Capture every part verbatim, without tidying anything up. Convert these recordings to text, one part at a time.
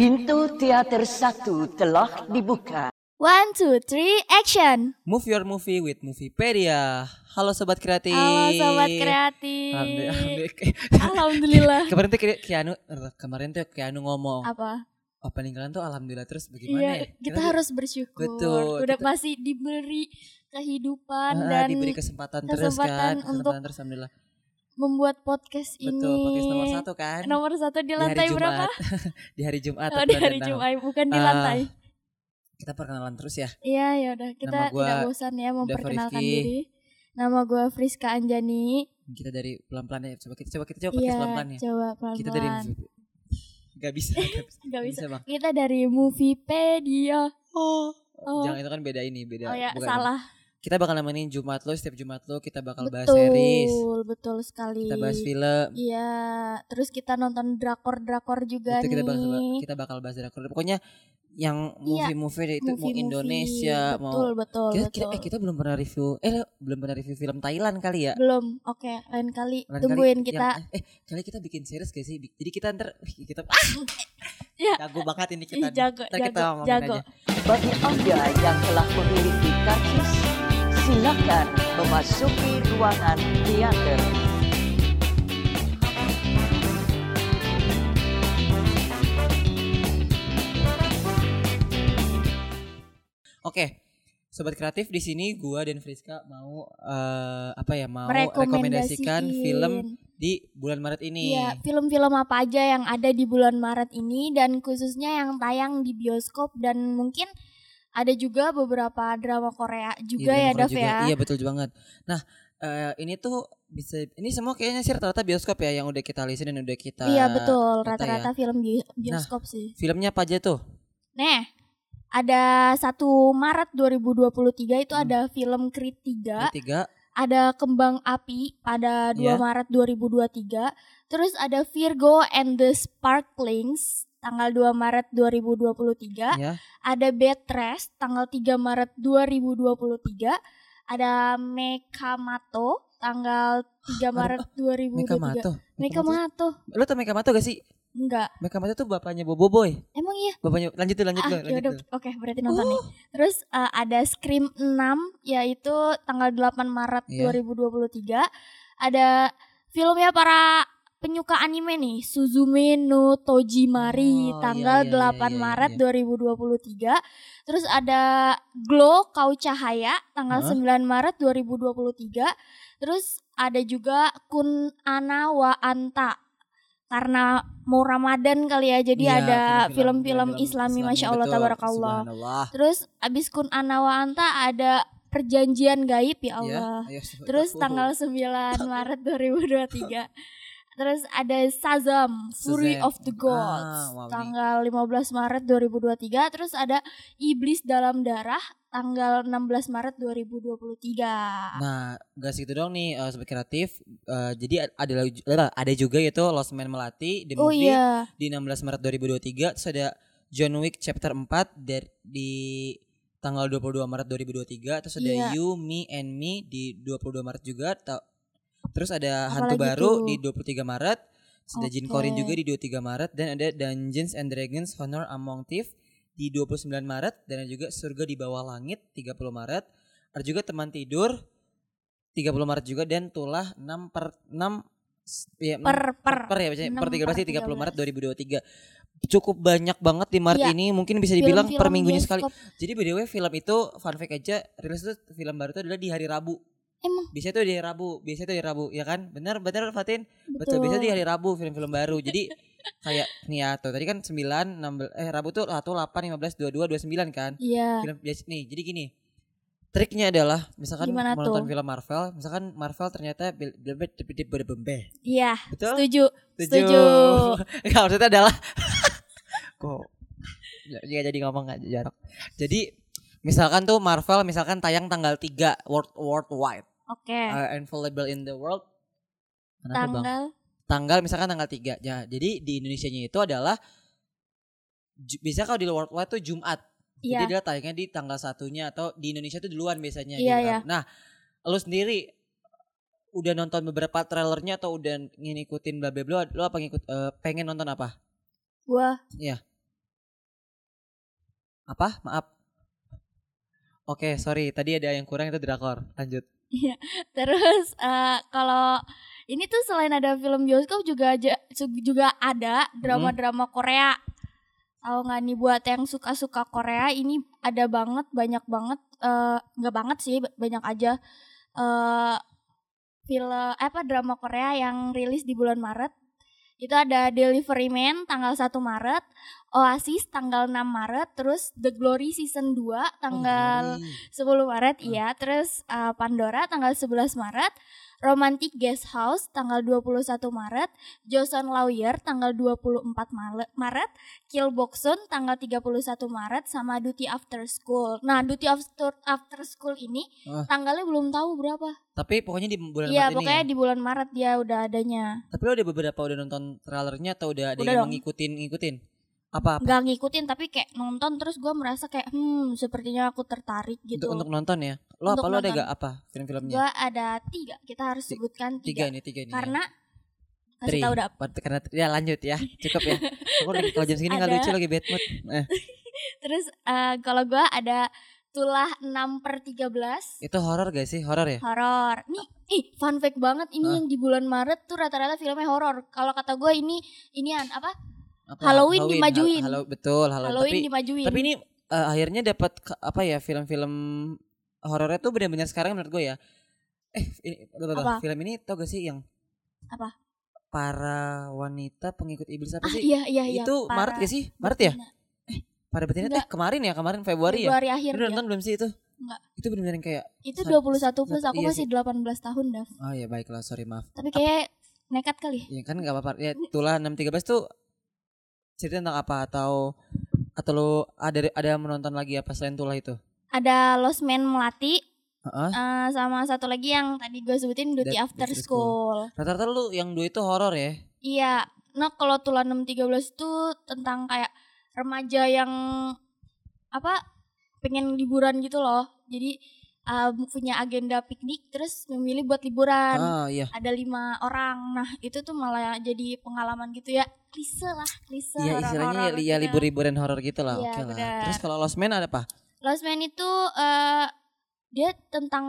Pintu teater satu telah dibuka. One, two, three, action. Move your movie with Moviepedia. Halo Sobat Kreatif. Halo Sobat Kreatif. Alhamdulillah. Alhamdulillah. Kemarin tuh kayak Keanu, kemarin tuh Keanu ngomong. Apa? Opening kalian tuh alhamdulillah, terus bagaimana iya, ya? Kita, kita harus bersyukur. Betul. Udah kita, masih diberi kehidupan uh, dan diberi kesempatan, kesempatan terus kan. Kesempatan untuk terus alhamdulillah. Membuat podcast Betul, ini. Betul, podcast nomor satu kan. Nomor satu di lantai di berapa? Di hari Jumat. Oh, di hari Jumat, bukan di uh, lantai. Kita perkenalan terus ya. Iya, ya udah. Kita tidak bosan ya memperkenalkan diri. Nama gue Friska Anjani. Kita dari pelan-pelan ya. Coba kita coba kita coba podcast iya, pelan-pelan ya. Coba pelan-pelan. Kita dari Gak bisa, gak bisa. Gak bisa. Bang. Kita dari Moviepedia. Oh. oh. Jangan, itu kan beda ini, beda. Oh ya, bukan salah. Ini. Kita bakal nemenin Jumat lo, setiap Jumat lo kita bakal betul, bahas series. Betul, betul sekali. Kita bahas film. Iya, terus kita nonton drakor-drakor juga betul, nih. Kita bakal, kita bakal bahas drakor. Pokoknya yang movie-movie itu mau Indonesia, betul, mau betul, kita, betul. Kita, eh kita belum pernah review, eh belum pernah review film Thailand kali ya? Belum, oke, okay, lain kali lain tungguin kali, kita. Yang, eh kali kita bikin series gak sih? Jadi kita ntar kita ah, ya. jago banget ini kita. Ih, jago, ntar jago, kita ngomongin jago. aja. Bagi Anda yang telah memiliki karcis, silakan memasuki ruangan teater. Oke, Sobat Kreatif, di sini gua dan Friska mau uh, apa ya mau merekomendasikan film di bulan Maret ini. Iya, film-film apa aja yang ada di bulan Maret ini dan khususnya yang tayang di bioskop dan mungkin ada juga beberapa drama Korea juga iya, ya, Dav ya. Iya, betul banget. Nah, uh, ini tuh bisa ini semua kayaknya sih rata-rata bioskop ya yang udah kita list dan udah kita. Iya, betul, rata-rata ya. Film bi- bioskop nah, sih. Filmnya apa aja tuh? Nih, ada satu Maret dua ribu dua puluh tiga itu hmm. ada film Creed tiga. Creed tiga. Ada Kembang Api pada dua yeah. Maret dua ribu dua puluh tiga. Terus ada Virgo and the Sparklings tanggal dua Maret dua ribu dua puluh tiga. Yeah. Ada Bed Rest tanggal tiga Maret dua ribu dua puluh tiga. Ada Mekamato tanggal tiga Maret dua ribu dua puluh tiga. Mekamato. Mekamato. Lo tau Mekamato gak sih? Enggak. Mekamato tuh bapaknya Bobo Boy. Emang iya? Bapaknya lanjut tuh lanjut ah, tuh. Lanjut tuh. Oke, berarti nonton uh. nih. Terus uh, ada Scream enam yaitu tanggal delapan Maret yeah. dua ribu dua puluh tiga. Ada filmnya para penyuka anime nih, Suzume no Tojimari oh, tanggal iya, iya, delapan Maret iya, iya. dua ribu dua puluh tiga. Terus ada Glow Kau Cahaya tanggal huh? sembilan Maret dua ribu dua puluh tiga. Terus ada juga Kun Ana wa Anta. Karena mau Ramadan kali ya, jadi ya, ada film-film Islami, Masya Allah, Tabarakallah. Terus abis Kun Ana wa Anta ada Perjanjian Gaib ya Allah. Ya, ya, terus tanggal sembilan Maret dua ribu dua puluh tiga. Terus ada Shazam, Fury Shazam. of the Gods ah, wow, tanggal lima belas Maret dua ribu dua puluh tiga. Terus ada Iblis Dalam Darah tanggal enam belas Maret dua ribu dua puluh tiga. Nah, gak segitu dong nih uh, Sobat Kreatif. Uh, jadi ada ada juga yaitu Lost Man Melati The oh, Movie iya. di enam belas Maret dua ribu dua puluh tiga. Terus ada John Wick Chapter empat dari di tanggal dua puluh dua Maret dua ribu dua puluh tiga. Terus ada iya. You, Me and Me di dua puluh dua Maret juga. Terus ada Apalagi Hantu Baru tuh? Di dua puluh tiga Maret. Terus ada okay. Jin Korin juga di dua puluh tiga Maret. Dan ada Dungeons and Dragons Honor Among Thieves di dua puluh sembilan Maret. Dan ada juga Surga di Bawah Langit tiga puluh Maret. Ada juga Teman Tidur tiga puluh Maret juga. Dan Tulah enam per enam ya, per per per, per ya per tiga belas tiga puluh Maret dua ribu dua puluh tiga. Cukup banyak banget di Maret ya. Ini mungkin bisa dibilang film, per minggunya sekali. Jadi by the way film itu fun fact aja, rilis itu film baru itu adalah di hari Rabu. Emang? Biasanya tuh di hari Rabu, biasanya tuh di Rabu, ya kan? Benar, benar Fatin? Betul. Betul, biasanya di hari Rabu film-film baru. Jadi kayak nih ya tuh, tadi kan sembilan, enam belas, eh Rabu tuh satu, delapan, lima belas, dua puluh dua, dua puluh sembilan kan? Iya. Film biasa nih, jadi gini. Triknya adalah misalkan Gimana mau nonton tuh? film Marvel, misalkan Marvel ternyata berbeda. Iya. Betul? Setuju. Setuju. Enggak, maksudnya adalah kok enggak jadi ngomong enggak jarak. Jadi misalkan tuh Marvel misalkan tayang tanggal tiga world worldwide. Oke. Okay. Uh, available in the world. Kenapa tanggal bang? Tanggal misalkan tanggal tiga. Ya, jadi di Indonesianya itu adalah bisa kalau di worldwide tuh Jumat. Yeah. Jadi dia tayangnya di tanggal satunya atau di Indonesia tuh duluan biasanya yeah, gitu. Yeah. Nah, lu sendiri udah nonton beberapa trailernya atau udah ngikutin bla bla bla, lu apa ngikut uh, pengen nonton apa? Gua. Iya. Apa? Maaf. Oke, sorry. Tadi ada yang kurang itu drakor. Lanjut. Iya. Terus uh, kalau ini tuh selain ada film bioskop juga aja, juga ada drama-drama Korea. Tahu nggak nih buat yang suka-suka Korea ini ada banget, banyak banget. Uh, nggak banget sih, banyak aja. Uh, film apa drama Korea yang rilis di bulan Maret. Itu ada Delivery Man tanggal satu Maret, Oasis tanggal enam Maret, terus The Glory season dua tanggal oh, sepuluh Maret, hmm. iya, terus uh, Pandora tanggal sebelas Maret, Romantic Guest House tanggal dua puluh satu Maret, Joseon Lawyer tanggal dua puluh empat Maret, Kill Boksun tanggal tiga puluh satu Maret, sama Duty After School. Nah, Duty After After School ini oh. tanggalnya belum tahu berapa. Tapi pokoknya di bulan iya, Maret ini. Iya, pokoknya ya? di bulan Maret dia udah adanya. Tapi lo ada beberapa udah nonton trailernya atau udah ada udah yang ngikutin ngikutin? Apa? apa? Gak ngikutin tapi kayak nonton terus gue merasa kayak hmm sepertinya aku tertarik gitu. Untuk, untuk nonton ya? Lo untuk apa? Lo ada gak apa film-filmnya? Gue ada tiga. Kita harus sebutkan tiga. Tiga ini, tiga ini. Karena ya. Kasih tahu dap. Karena ya lanjut ya, cukup ya. Aku lagi kalau jam segini nggak lucu lagi bad mood. Eh. Terus uh, kalau gue ada Tulah enam per tiga belas. Itu horor gak sih? Horor ya? Horor. Nih, ih fun fact banget ini huh? yang di bulan Maret tuh rata-rata filmnya horor. Kalau kata gue ini inian apa? apa? Halloween, Halloween dimajuin. Halo, betul, Halloween, Halloween tapi, dimajuin. Tapi ini uh, akhirnya dapat apa ya film-film horornya tuh benar-benar sekarang menurut gue ya. Eh, ini, apa? Film ini tau gak sih yang apa? Para wanita pengikut iblis apa ah, sih? Iya, iya, iya. Itu para... Maret gak sih? Maret ya? Pada betina eh kemarin ya kemarin Februari, Februari ya. Akhir Lu nonton ya. belum sih itu? Enggak. Itu benar-benar kayak itu dua puluh satu plus aku iya masih sih. delapan belas tahun, Dav. Oh ya baiklah, sorry maaf. Tapi kayak Ap- nekat kali. Iya kan enggak apa-apa. Ya Tulah enam tiga belas tuh cerita tentang apa atau atau lu ada ada menonton lagi apa selain Tulah itu? Ada Lost Man Melati. Uh-huh. Uh, sama satu lagi yang tadi gue sebutin Duty That, After School. School. Rata-rata lu yang dua itu horor ya? Iya. Nah, kalau Tulah enam tiga belas itu tentang kayak remaja yang apa pengen liburan gitu loh. Jadi uh, punya agenda piknik terus memilih buat liburan. Ah, iya. Ada lima orang. Nah, itu tuh malah jadi pengalaman gitu ya. Klise lah, klise. Iya, istilahnya ya, ya libur-liburan horor gitu lah. Iya, oke bener. lah. Terus kalau Lost Man ada apa? Lost Man itu uh, dia tentang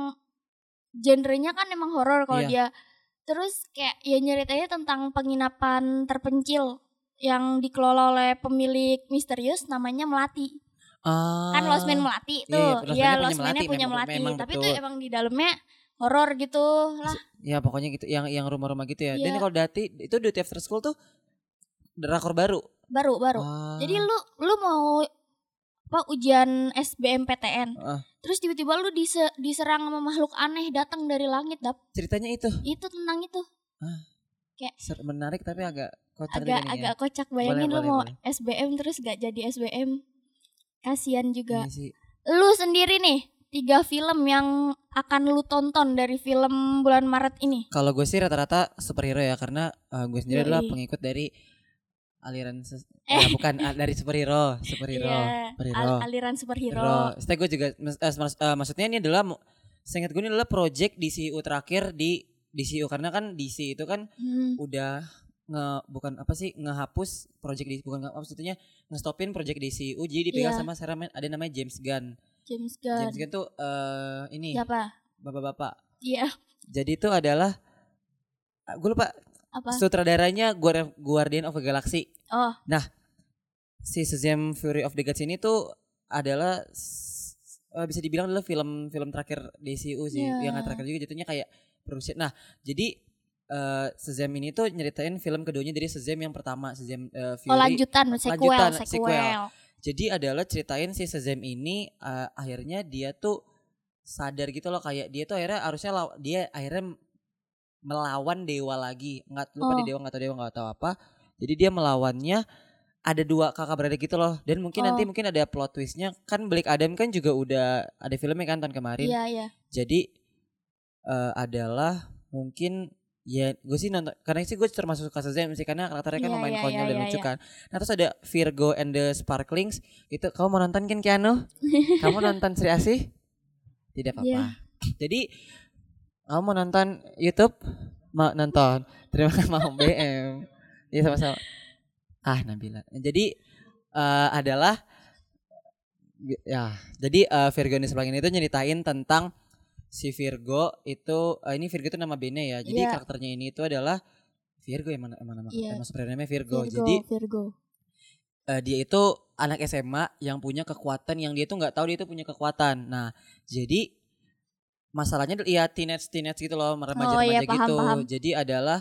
genrenya kan emang horor kalau iya. dia. Terus kayak ya nyeritanya tentang penginapan terpencil yang dikelola oleh pemilik misterius namanya Melati. Ah, kan Lost Man Melati tuh. Iya, Lost Man-nya punya Melati. Memang, tapi betul. Itu emang di dalamnya horor gitu lah. Ya pokoknya gitu, yang yang rumah-rumah gitu ya. Ya. Dan kalau Dati itu Duty After School tuh drakor baru. Baru, baru. Ah. Jadi lu lu mau apa ujian S B M P T N. Ah. Terus tiba-tiba lu dise, diserang sama makhluk aneh datang dari langit, Dap. Ceritanya itu. Itu tentang itu. Ah. Kayak menarik tapi agak kocak agak agak ya. kocak. Bayangin boleh, lu boleh, mau boleh. S B M terus gak jadi S B M. Kasian juga. Iya lu sendiri nih, tiga film yang akan lu tonton dari film bulan Maret ini. Kalau gue sih rata-rata superhero ya, karena uh, gue sendiri Yoi. adalah pengikut dari aliran ses- eh. ya, bukan uh, dari superhero, superhero, yeah. superhero. Al- aliran superhero. Setelah gue juga uh, mas- uh, maksudnya ini adalah seingat gue ini adalah project D C U terakhir di D C U, karena kan D C itu kan hmm. udah nge bukan apa sih ngehapus project D C, bukan nge, maksudnya ngestopin project D C U, jadi dipegang yeah. sama sekarang ada namanya James Gunn. James Gunn. James Gunn tuh uh, ini siapa? Bapak-bapak. Iya. Yeah. Jadi itu adalah gue lupa apa? Sutradaranya Guardian of the Galaxy. Oh. Nah, si Shazam Fury of the Gods ini tuh adalah uh, bisa dibilang adalah film-film terakhir D C U sih, yeah. yang terakhir juga jatuhnya kayak produksi. Nah, jadi Uh, Shazam ini tuh nyeritain film keduanya dari Shazam yang pertama, Shazam uh, Fury. Oh lanjutan, sequel, lanjutan, sequel. sequel. Jadi adalah ceritain si Shazam ini uh, akhirnya dia tuh sadar gitu loh, kayak dia tuh akhirnya harusnya law- dia akhirnya melawan dewa lagi. Enggak lupa oh. di dewa enggak tahu dewa enggak tahu apa. Jadi dia melawannya ada dua kakak beradik gitu loh. Dan mungkin oh. nanti mungkin ada plot twistnya. Kan Black Adam kan juga udah ada filmnya kan tahun kemarin. Iya, iya. Jadi uh, adalah mungkin ya gue sih nonton, karena sih gue termasuk suka Shazam sih, karena karakternya kan yeah, lumayan yeah, konyol yeah, dan yeah, lucu yeah. kan. Nah terus ada Virgo and the Sparklings itu, kamu mau nonton kan Keanu? Kamu nonton Sri Asih? Tidak apa-apa. Yeah. Jadi kamu mau nonton YouTube? Mau nonton? Terima kasih mau B M. Iya sama-sama. Ah Nabila. Jadi uh, adalah Ya, jadi uh, Virgo in the Sparkling itu nyeritain tentang si Virgo itu uh, ini Virgo itu nama bandnya ya. Jadi yeah. karakternya ini itu adalah Virgo yang mana emang nama yeah. emang sebenarnya namanya Virgo. Virgo. Jadi Virgo. Uh, dia itu anak S M A yang punya kekuatan yang dia tuh nggak tahu dia itu punya kekuatan. Nah, jadi masalahnya ya teenage teenage gitu loh, remaja-remaja oh, iya, gitu. Paham, paham. Jadi adalah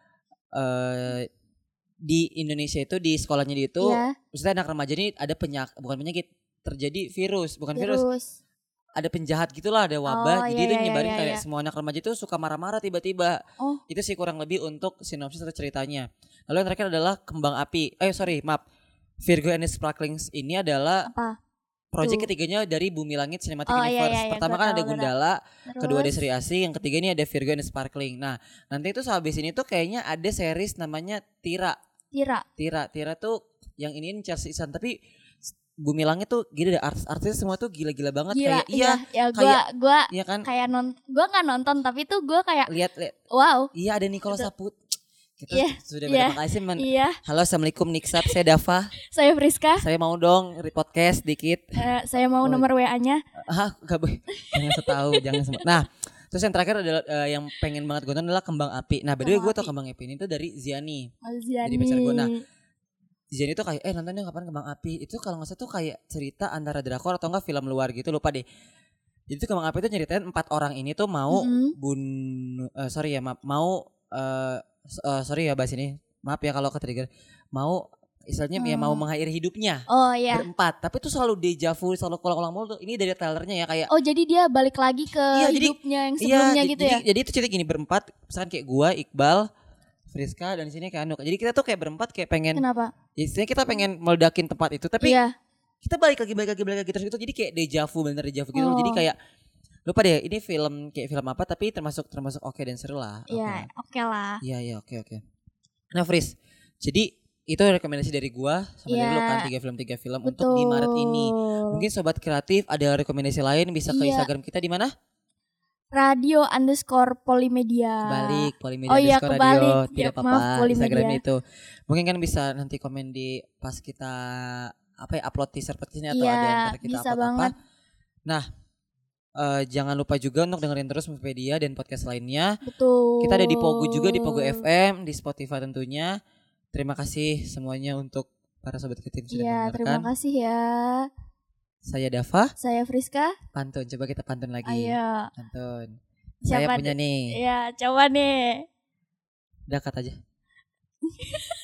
uh, di Indonesia itu di sekolahnya dia itu, yeah. maksudnya anak remaja ini ada penyakit, bukan penyakit, terjadi virus, bukan virus, virus. ada penjahat gitulah, ada wabah, oh, jadi iya, itu nyebarin iya, kayak iya. semua anak remaja itu suka marah-marah tiba-tiba. Oh. Itu sih kurang lebih untuk sinopsis atau ceritanya. Lalu yang terakhir adalah Kembang Api. Eh sorry, maaf, Virgo and the Sparkling ini adalah apa? Project Tuh. ketiganya dari Bumi Langit Cinematic oh, Universe. Iya, iya, Pertama kan ada Gundala, Terus? kedua ada Sri Asih, yang ketiga ini ada Virgo and the Sparkling. Nah, nanti itu sehabis ini tuh kayaknya ada series namanya Tira. Tira. Tira, Tira tuh yang ini Chelsea Isan, tapi Bumi Langit tuh gila deh, artis-artis semua tuh gila-gila banget. Gila, kayak iya, iya, ya gua gua iya kan? kayak non gua enggak nonton tapi tuh gua kayak lihat lihat. Wow. Iya, ada Nicholas Saput. Kita yeah, sudah yeah, berterima kasih men. Yeah. Halo, Assalamualaikum Niksap, saya Dava. Saya Friska. Saya mau dong podcast dikit. Uh, saya mau oh. nomor W A-nya. Ah, enggak boleh. Jangan setahu, jangan sempat. Nah, terus yang terakhir adalah uh, yang pengen banget gue nonton adalah Kembang Api. Nah, by the way gue tau Kembang Api ini tuh dari Ziani. Oh, Ziani. Jadi pacar gue. Nah, Ziani tuh kayak eh nontonnya kapan Kembang Api. Itu kalau enggak salah tuh kayak cerita antara drakor atau enggak film luar gitu, lupa deh. Jadi tuh Kembang Api itu nyeritain empat orang ini tuh mau mm-hmm. bun uh, sorry ya, maaf, mau uh, uh, sorry ya bahas ini. Maaf ya kalau ke-trigger. Mau istilahnya hmm. ya mau mengakhiri hidupnya. Oh iya. Berempat. Tapi itu selalu deja vu, selalu ulang-ulang mulu tuh. Ini dari trailernya ya kayak. Oh jadi dia balik lagi ke iya, hidupnya jadi, yang sebelumnya iya, gitu jadi, ya. Jadi itu cerita gini berempat. Misalkan kayak gua, Iqbal, Friska dan di sini kayak Anu. Jadi kita tuh kayak berempat kayak pengen. Kenapa? Istilahnya kita pengen meledakin tempat itu. Tapi iya. kita balik lagi, balik lagi, balik lagi terus gitu. Jadi kayak deja vu, bener deja vu gitu. Oh. Jadi kayak lupa deh ini film kayak film apa tapi termasuk termasuk oke okay dan seru lah. Iya oke okay lah. Iya iya oke okay, oke. Okay. Nah Fris, jadi itu rekomendasi dari gua sama yeah. dari lu kan tiga film tiga film Betul. Untuk di Maret ini. Mungkin sobat kreatif ada rekomendasi lain bisa ke yeah. Instagram kita di mana? Radio underscore Polimedia. Balik Polimedia oh, iya, underscore kebalik. radio tidak ya, apa-apa Instagram itu. Mungkin kan bisa nanti komen di pas kita apa ya upload teaser petisnya atau yeah, ada yang kita bisa upload banget. apa. Nah, uh, jangan lupa juga untuk dengerin terus Movipedia dan podcast lainnya. Betul. Kita ada di Pogo juga, di Pogo F M, di Spotify tentunya. Terima kasih semuanya untuk para sobat kreatif sudah ya, mendengarkan. Terima kasih ya. Saya Dava. Saya Friska. Pantun, coba kita pantun lagi. Ayo. Pantun. Siapa Saya punya nih. Ya, coba nih. Udah cut aja.